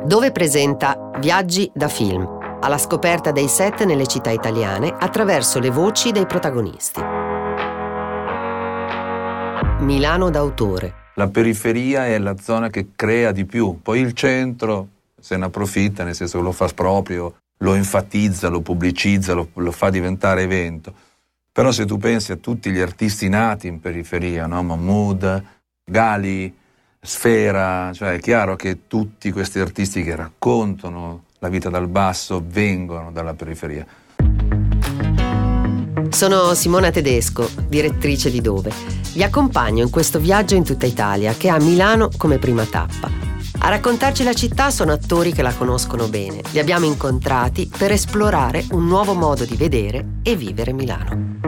dove presenta Viaggi da film, alla scoperta dei set nelle città italiane attraverso le voci dei protagonisti. Milano d'autore. La periferia è la zona che crea di più, poi il centro se ne approfitta, nel senso che lo fa proprio, lo enfatizza, lo pubblicizza, lo fa diventare evento. Però se tu pensi a tutti gli artisti nati in periferia, no? Mahmood, Gali, Sfera, cioè è chiaro che tutti questi artisti che raccontano la vita dal basso vengono dalla periferia. Sono Simona Tedesco, direttrice di Dove. Vi accompagno in questo viaggio in tutta Italia che ha Milano come prima tappa. A raccontarci la città sono attori che la conoscono bene. Li abbiamo incontrati per esplorare un nuovo modo di vedere e vivere Milano.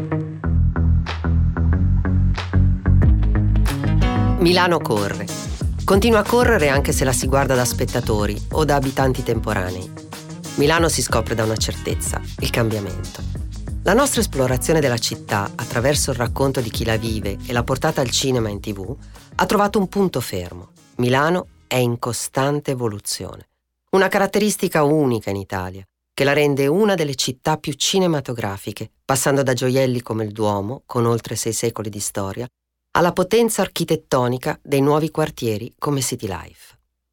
Milano corre. Continua a correre anche se la si guarda da spettatori o da abitanti temporanei. Milano si scopre da una certezza, il cambiamento. La nostra esplorazione della città, attraverso il racconto di chi la vive e la portata al cinema e in TV, ha trovato un punto fermo. Milano è in costante evoluzione. Una caratteristica unica in Italia, che la rende una delle città più cinematografiche, passando da gioielli come il Duomo, con oltre 6 secoli di storia, alla potenza architettonica dei nuovi quartieri come City Life.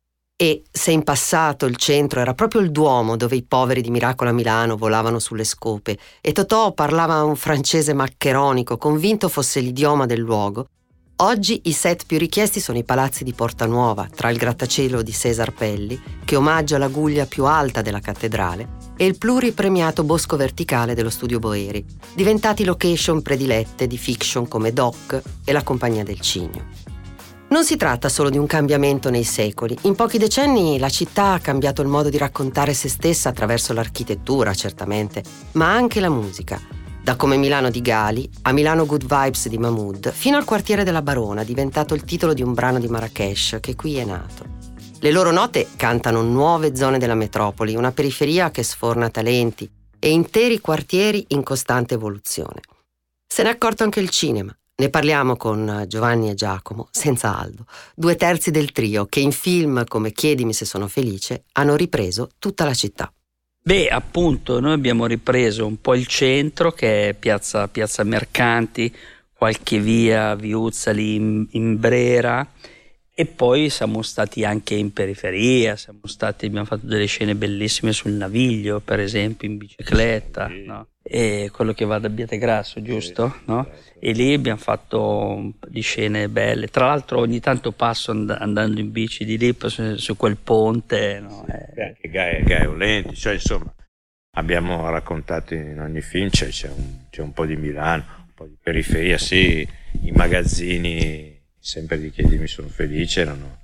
E se in passato il centro era proprio il Duomo dove i poveri di Miracolo a Milano volavano sulle scope e Totò parlava un francese maccheronico convinto fosse l'idioma del luogo, oggi i set più richiesti sono i palazzi di Porta Nuova, tra il grattacielo di Cesar Pelli, che omaggia la guglia più alta della cattedrale, e il pluripremiato Bosco Verticale dello Studio Boeri, diventati location predilette di fiction come Doc e La Compagnia del Cigno. Non si tratta solo di un cambiamento nei secoli. In pochi decenni la città ha cambiato il modo di raccontare se stessa attraverso l'architettura, certamente, ma anche la musica. Da Come Milano di Gali a Milano Good Vibes di Mahmood, fino al Quartiere della Barona, diventato il titolo di un brano di Marrakesh che qui è nato. Le loro note cantano nuove zone della metropoli, una periferia che sforna talenti e interi quartieri in costante evoluzione. Se n'è accorto anche il cinema. Ne parliamo con Giovanni e Giacomo, senza Aldo, 2/3 del trio che in film come Chiedimi se sono felice hanno ripreso tutta la città. Beh, appunto, noi abbiamo ripreso un po' il centro, che è piazza Mercanti, qualche via Viuzza lì in Brera, e poi siamo stati anche in periferia, abbiamo fatto delle scene bellissime sul Naviglio, per esempio, in bicicletta, no? E quello che va da Abbiategrasso, giusto? No? E lì abbiamo fatto di scene belle. Tra l'altro ogni tanto passo andando in bici di lì su quel ponte, no? Anche Gaia Olenti, cioè insomma abbiamo raccontato in ogni film c'è un po' di Milano, un po' di periferia, sì, i magazzini sempre di Chiedimi sono felice erano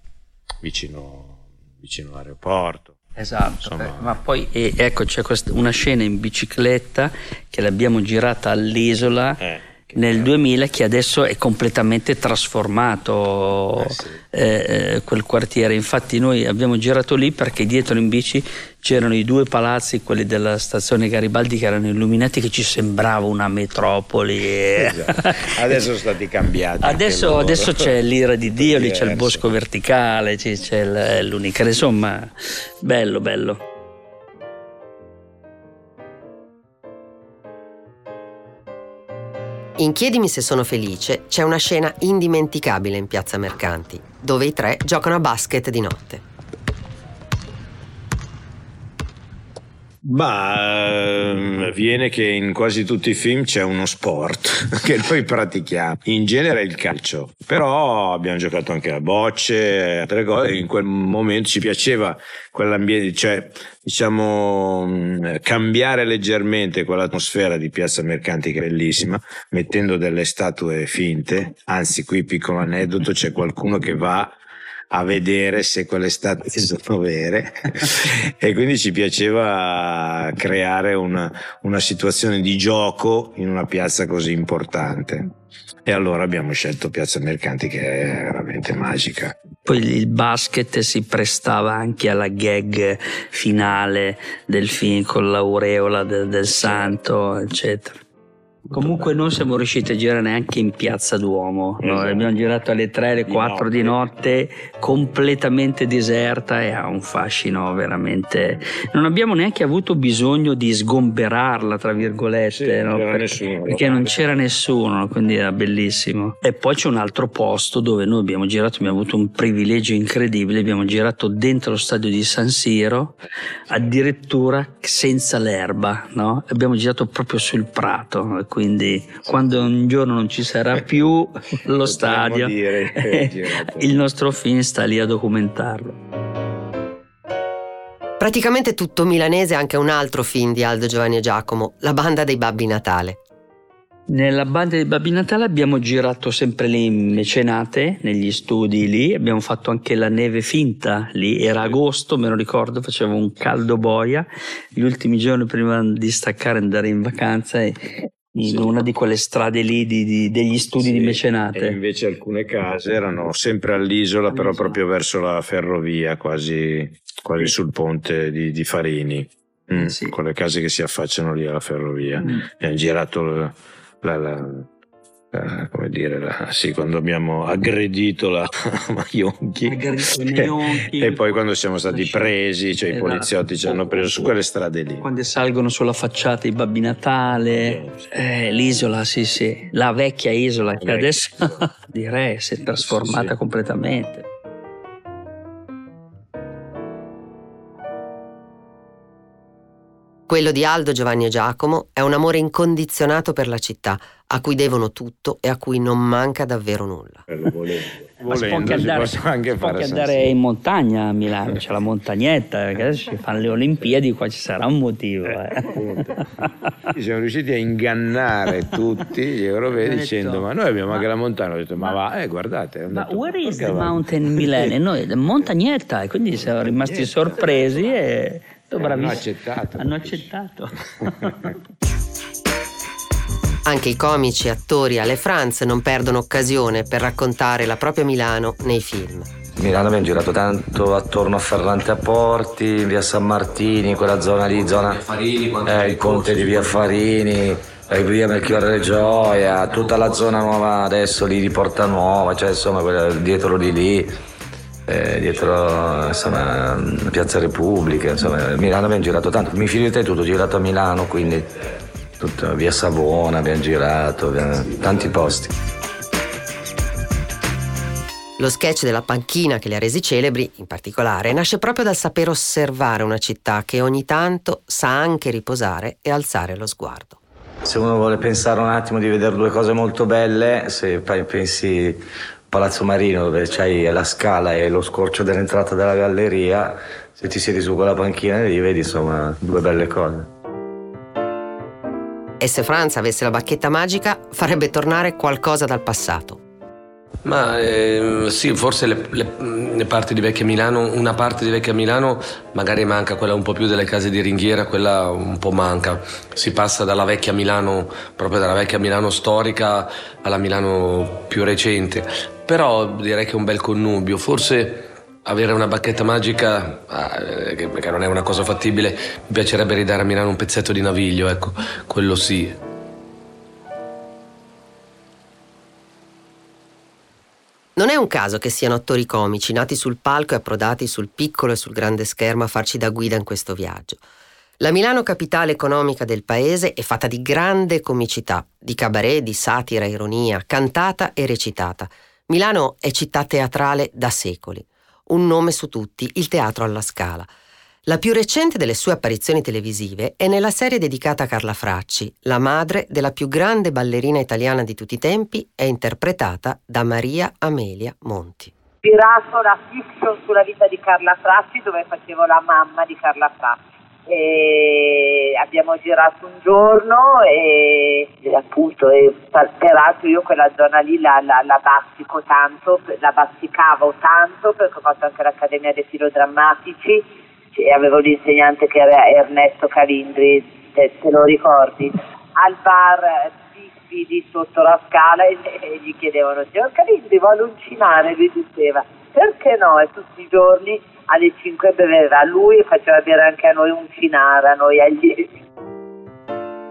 vicino all'aeroporto. Esatto, ma poi ecco c'è una scena in bicicletta che l'abbiamo girata all'Isola nel 2000, che adesso è completamente trasformato, quel quartiere. Infatti noi abbiamo girato lì perché dietro in bici c'erano i 2 palazzi, quelli della stazione Garibaldi, che erano illuminati, che ci sembrava una metropoli. Esatto. Adesso sono stati cambiati. Adesso c'è l'Ira di Dio, lì c'è il Bosco Verticale, c'è l'Unica, insomma, bello. In Chiedimi se sono felice c'è una scena indimenticabile in piazza Mercanti, dove i 3 giocano a basket di notte. Viene che in quasi tutti i film c'è uno sport che noi pratichiamo, in genere il calcio, però abbiamo giocato anche a bocce, altre cose. In quel momento ci piaceva quell'ambiente, cioè diciamo cambiare leggermente quell'atmosfera di piazza Mercanti, che è bellissima, mettendo delle statue finte. Anzi, qui piccolo aneddoto, c'è qualcuno che va a vedere se quelle statue sono vere e quindi ci piaceva creare una situazione di gioco in una piazza così importante, e allora abbiamo scelto piazza Mercanti, che è veramente magica. Poi il basket si prestava anche alla gag finale del film con l'aureola del santo, eccetera. Comunque non siamo riusciti a girare neanche in Piazza Duomo, no? Abbiamo girato alle 3, alle 4 di notte, completamente deserta, e ha un fascino veramente. Non abbiamo neanche avuto bisogno di sgomberarla, tra virgolette, no? Perché non c'era nessuno, quindi era bellissimo. E poi c'è un altro posto dove noi abbiamo avuto un privilegio incredibile, abbiamo girato dentro lo stadio di San Siro, addirittura senza l'erba, no? Abbiamo girato proprio sul prato. Quindi quando un giorno non ci sarà più lo stadio, il nostro film sta lì a documentarlo. Praticamente tutto milanese anche un altro film di Aldo, Giovanni e Giacomo, La banda dei Babbi Natale. Nella banda dei Babbi Natale abbiamo girato sempre lì in Mecenate, negli studi lì, abbiamo fatto anche la neve finta lì, era agosto, me lo ricordo, faceva un caldo boia, gli ultimi giorni prima di staccare e andare in vacanza, in una di quelle strade lì degli studi di Mecenate. E invece alcune case erano sempre all'isola, però proprio verso la ferrovia, quasi sul ponte di Farini, con le case che si affacciano lì alla ferrovia. Abbiamo girato quando abbiamo aggredito la Maionchi e poi quando siamo stati presi, cioè i poliziotti ci hanno preso su quelle strade lì, quando salgono sulla facciata i Babbi Natale, l'isola, sì, la vecchia isola che adesso direi si è trasformata completamente. Quello di Aldo, Giovanni e Giacomo è un amore incondizionato per la città, a cui devono tutto e a cui non manca davvero nulla. Ma si può anche andare in montagna a Milano, c'è la montagnetta, perché adesso ci fanno le Olimpiadi, qua ci sarà un motivo. Siamo riusciti a ingannare tutti gli europei dicendo ma noi abbiamo anche la montagna. Ho detto ma va, guardate. Ma where is the mountain in Milano? E noi, montagnetta, e quindi siamo rimasti sorpresi e hanno accettato. Anche i comici, attori, alle France non perdono occasione per raccontare la propria Milano nei film. Milano abbiamo girato tanto attorno a Ferrante a Porti, via San Martini, quella zona lì, il ponte di via Farini, via Melchiorre Gioia, tutta la zona nuova adesso lì di Porta Nuova, cioè insomma quella dietro di lì. Dietro insomma Piazza Repubblica, insomma Milano abbiamo girato tanto, mi fido di te, tutto girato a Milano, quindi tutta via Savona abbiamo girato, tanti posti. Lo sketch della panchina che li ha resi celebri, in particolare, nasce proprio dal saper osservare una città che ogni tanto sa anche riposare e alzare lo sguardo. Se uno vuole pensare un attimo di vedere due cose molto belle, se pensi Palazzo Marino, dove c'hai la scala e lo scorcio dell'entrata della galleria, se ti siedi su quella panchina lì vedi insomma due belle cose. E se Franz avesse la bacchetta magica, farebbe tornare qualcosa dal passato. Ma sì, forse le parti di vecchia Milano, una parte di vecchia Milano magari manca, quella un po' più delle case di ringhiera, quella un po' manca. Si passa dalla vecchia Milano, proprio dalla vecchia Milano storica alla Milano più recente. Però direi che è un bel connubio. Forse avere una bacchetta magica, che non è una cosa fattibile, mi piacerebbe ridare a Milano un pezzetto di Naviglio, ecco, quello sì. Non è un caso che siano attori comici, nati sul palco e approdati sul piccolo e sul grande schermo a farci da guida in questo viaggio. La Milano capitale economica del paese è fatta di grande comicità, di cabaret, di satira, ironia, cantata e recitata. Milano è città teatrale da secoli. Un nome su tutti, il Teatro alla Scala. La più recente delle sue apparizioni televisive è nella serie dedicata a Carla Fracci, la madre della più grande ballerina italiana di tutti i tempi, è interpretata da Maria Amelia Monti. Ho girato la fiction sulla vita di Carla Fracci, dove facevo la mamma di Carla Fracci. E abbiamo girato un giorno e appunto peraltro io quella zona lì la bastico tanto, la basticavo tanto perché ho fatto anche l'Accademia dei Filodrammatici e avevo l'insegnante che era Ernesto Calindri, te lo ricordi? Al bar Biffi di sotto la Scala e gli chiedevano: signor Calindri vuole uncinare? Lui diceva perché no, e tutti i giorni alle 5 beveva lui e faceva bere anche a noi uncinare, a noi allievi.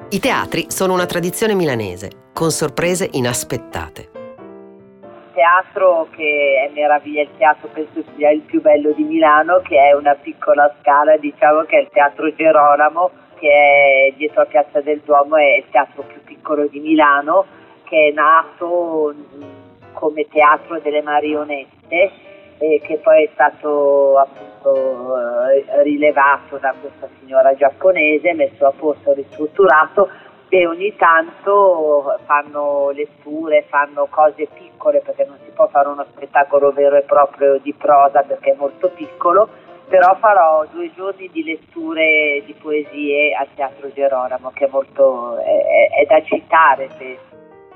I teatri sono una tradizione milanese, con sorprese inaspettate. Teatro che è meraviglia, il teatro penso sia il più bello di Milano, che è una piccola scala, diciamo che è il Teatro Gerolamo, che è dietro a Piazza del Duomo, è il teatro più piccolo di Milano, che è nato come teatro delle marionette e che poi è stato appunto rilevato da questa signora giapponese, messo a posto, ristrutturato, e ogni tanto fanno letture, fanno cose piccole, perché non si può fare uno spettacolo vero e proprio di prosa perché è molto piccolo, però farò 2 giorni di letture di poesie al Teatro Gerolamo, che è molto è da citare, penso.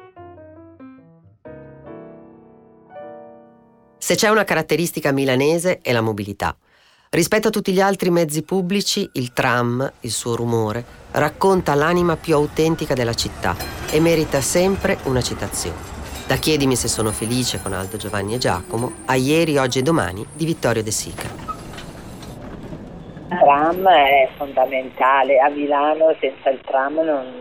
Se c'è una caratteristica milanese è la mobilità. Rispetto a tutti gli altri mezzi pubblici, il tram, il suo rumore, racconta l'anima più autentica della città e merita sempre una citazione. Da Chiedimi se sono felice con Aldo, Giovanni e Giacomo a Ieri, oggi e domani di Vittorio De Sica. Il tram è fondamentale, a Milano senza il tram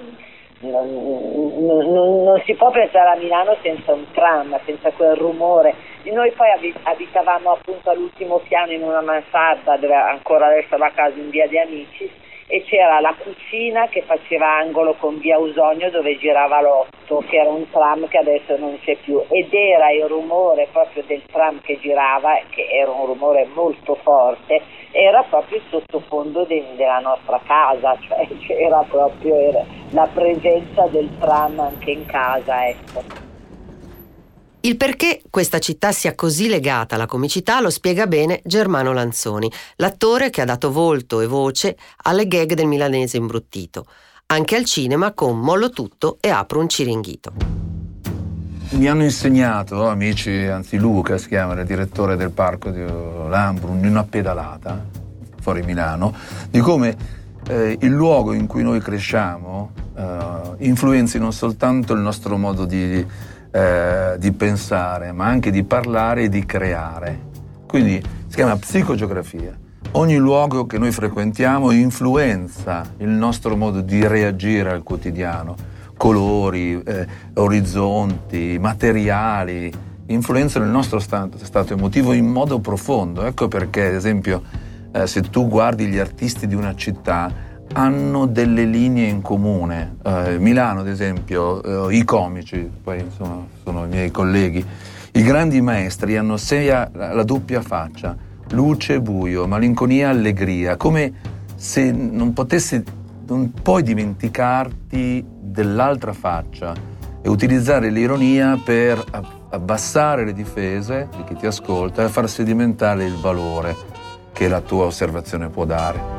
non si può pensare a Milano senza un tram, senza quel rumore. Noi poi abitavamo appunto all'ultimo piano in una mansarda dove ancora adesso la casa in via di Amici, e c'era la cucina che faceva angolo con via Usonio dove girava l'8, che era un tram che adesso non c'è più, ed era il rumore proprio del tram che girava, che era un rumore molto forte, era proprio il sottofondo della nostra casa, cioè c'era proprio la presenza del tram anche in casa, ecco. Il perché questa città sia così legata alla comicità lo spiega bene Germano Lanzoni, l'attore che ha dato volto e voce alle gag del milanese imbruttito, anche al cinema con Mollo tutto e apro un ciringhito. Mi hanno insegnato amici, anzi Luca si chiama, il direttore del parco di Lambro, in una pedalata fuori Milano, di come il luogo in cui noi cresciamo influenzi non soltanto il nostro modo di pensare, ma anche di parlare e di creare. Quindi si chiama psicogeografia. Ogni luogo che noi frequentiamo influenza il nostro modo di reagire al quotidiano. Colori, orizzonti, materiali influenzano il nostro stato emotivo in modo profondo. Ecco perché, ad esempio, se tu guardi gli artisti di una città, hanno delle linee in comune. Milano, ad esempio, i comici, poi insomma sono i miei colleghi, i grandi maestri hanno sia la doppia faccia, luce e buio, malinconia e allegria, come se non puoi dimenticarti dell'altra faccia e utilizzare l'ironia per abbassare le difese di chi ti ascolta e far sedimentare il valore che la tua osservazione può dare.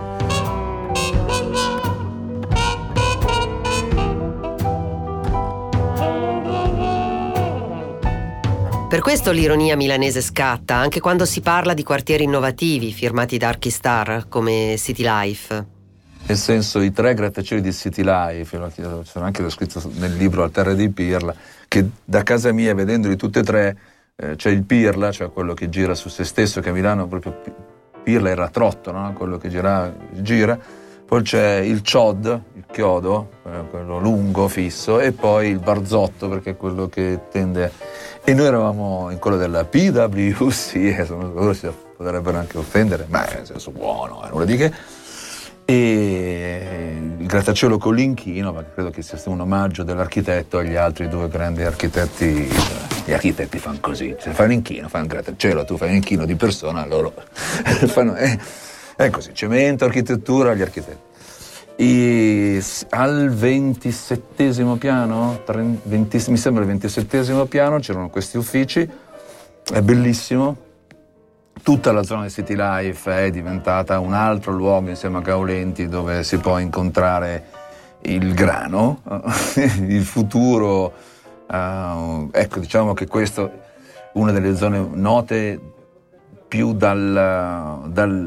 Per questo l'ironia milanese scatta, anche quando si parla di quartieri innovativi firmati da Archistar come City Life. Nel senso, i 3 grattacieli di City Life, sono anche scritto nel libro Al terra di Pirla, che da casa mia, vedendoli tutti e 3, c'è il Pirla, cioè quello che gira su se stesso, che a Milano proprio Pirla era trotto, no? Quello che gira. Poi c'è il CHOD, il chiodo, quello lungo, fisso, e poi il barzotto, perché è quello che tende. E noi eravamo in quello della PwC, loro si potrebbero anche offendere, ma nel senso buono, nulla di che. E il grattacielo con l'inchino, perché credo che sia stato un omaggio dell'architetto agli altri 2 grandi architetti. Gli architetti fanno così, se fai l'inchino, fai un grattacielo, tu fai un inchino di persona, loro fanno. È così, cemento, architettura, gli architetti. Al 27° piano, mi sembra il 27° piano, c'erano questi uffici, è bellissimo. Tutta la zona di City Life è diventata un altro luogo insieme a Gaulenti dove si può incontrare il grano, il futuro. Ecco, diciamo che questa è una delle zone note più dalla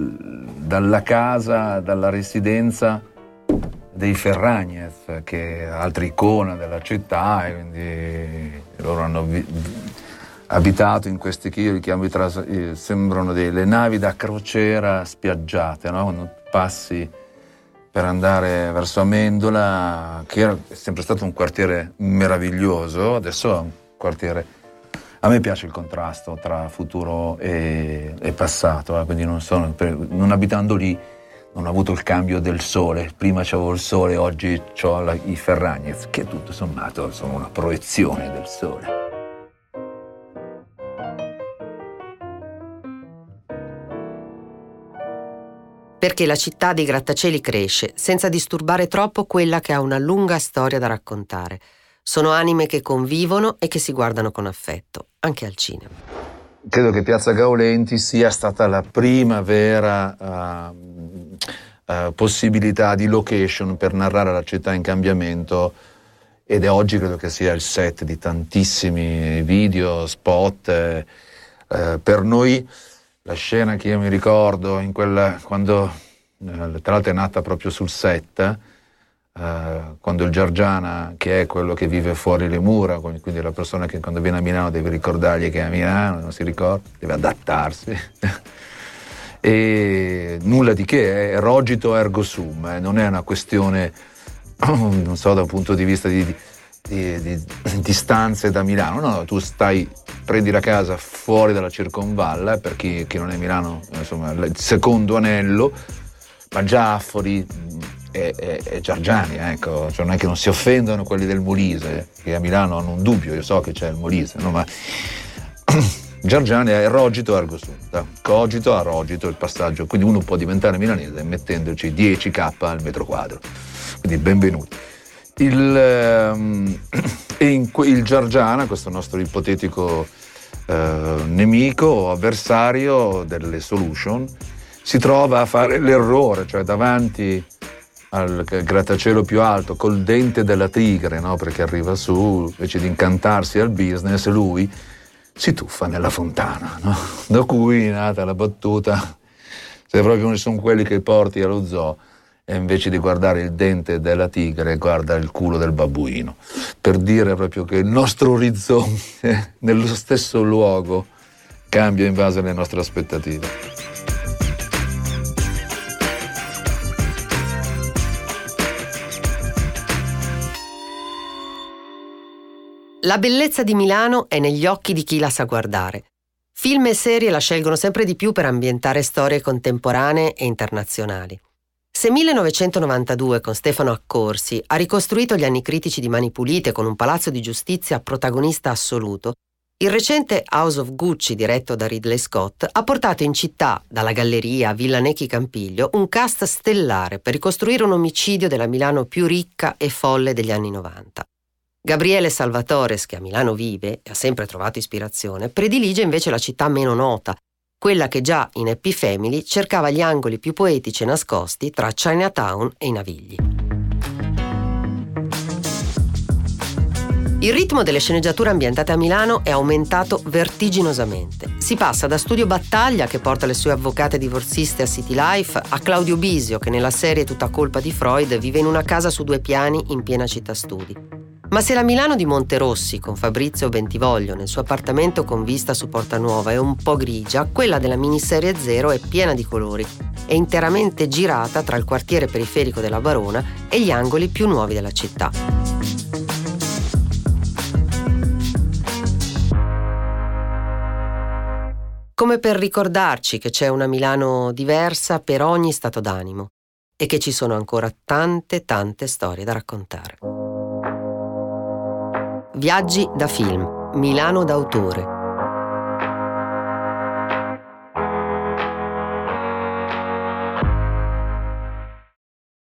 casa, dalla residenza dei Ferragnez, che è altra icona della città, e quindi loro hanno abitato in questi che io li chiamo sembrano delle navi da crociera spiaggiate, no? Quando passi per andare verso Amendola, che è sempre stato un quartiere meraviglioso, adesso è un quartiere... A me piace il contrasto tra futuro e passato, quindi non abitando lì non ho avuto il cambio del sole. Prima c'avevo il sole, oggi ho i Ferragnez, che tutto sommato sono una proiezione del sole. Perché la città dei grattacieli cresce senza disturbare troppo quella che ha una lunga storia da raccontare. Sono anime che convivono e che si guardano con affetto, anche al cinema. Credo che Piazza Gaulenti sia stata la prima vera possibilità di location per narrare la città in cambiamento, ed è oggi credo che sia il set di tantissimi video, spot. Per noi la scena che io mi ricordo quando tra l'altro è nata proprio sul set, quando il Giorgiana, che è quello che vive fuori le mura, quindi la persona che quando viene a Milano deve ricordargli che è a Milano, non si ricorda, deve adattarsi. E nulla di che, è rogito ergo sum, non è una questione, non so, da un punto di vista di distanze da Milano. No, tu prendi la casa fuori dalla Circonvalla, per chi non è Milano, insomma, il secondo anello, ma già fuori è Giorgiani, ecco, cioè non è che non si offendono quelli del Molise, che a Milano hanno un dubbio, io so che c'è il Molise, no, ma Giorgiani è rogito ergo sum, da cogito a rogito il passaggio, quindi uno può diventare milanese mettendoci 10k al metro quadro, quindi benvenuti. Il Giorgiana, questo nostro ipotetico nemico o avversario delle solution, si trova a fare l'errore, cioè davanti al grattacielo più alto col dente della tigre, no? Perché arriva su, invece di incantarsi al business, lui si tuffa nella fontana, no? Da cui è nata la battuta: se proprio non sono quelli che porti allo zoo, e invece di guardare il dente della tigre guarda il culo del babbuino, per dire proprio che il nostro orizzonte nello stesso luogo cambia in base alle nostre aspettative. La bellezza di Milano è negli occhi di chi la sa guardare. Film e serie la scelgono sempre di più per ambientare storie contemporanee e internazionali. Se 1992 con Stefano Accorsi ha ricostruito gli anni critici di Mani Pulite con un palazzo di giustizia protagonista assoluto, il recente House of Gucci diretto da Ridley Scott ha portato in città, dalla Galleria a Villa Nechi Campiglio, un cast stellare per ricostruire un omicidio della Milano più ricca e folle degli anni 90. Gabriele Salvatores, che a Milano vive e ha sempre trovato ispirazione, predilige invece la città meno nota, quella che già in Happy Family cercava gli angoli più poetici e nascosti tra Chinatown e i Navigli. Il ritmo delle sceneggiature ambientate a Milano è aumentato vertiginosamente. Si passa da Studio Battaglia, che porta le sue avvocate divorziste a City Life, a Claudio Bisio, che nella serie Tutta colpa di Freud vive in una casa su 2 piani in piena città studi. Ma se la Milano di Monterossi, con Fabrizio Bentivoglio nel suo appartamento con vista su Porta Nuova, è un po' grigia, quella della miniserie Zero è piena di colori, è interamente girata tra il quartiere periferico della Barona e gli angoli più nuovi della città. Come per ricordarci che c'è una Milano diversa per ogni stato d'animo e che ci sono ancora tante storie da raccontare. Viaggi da film, Milano d'autore,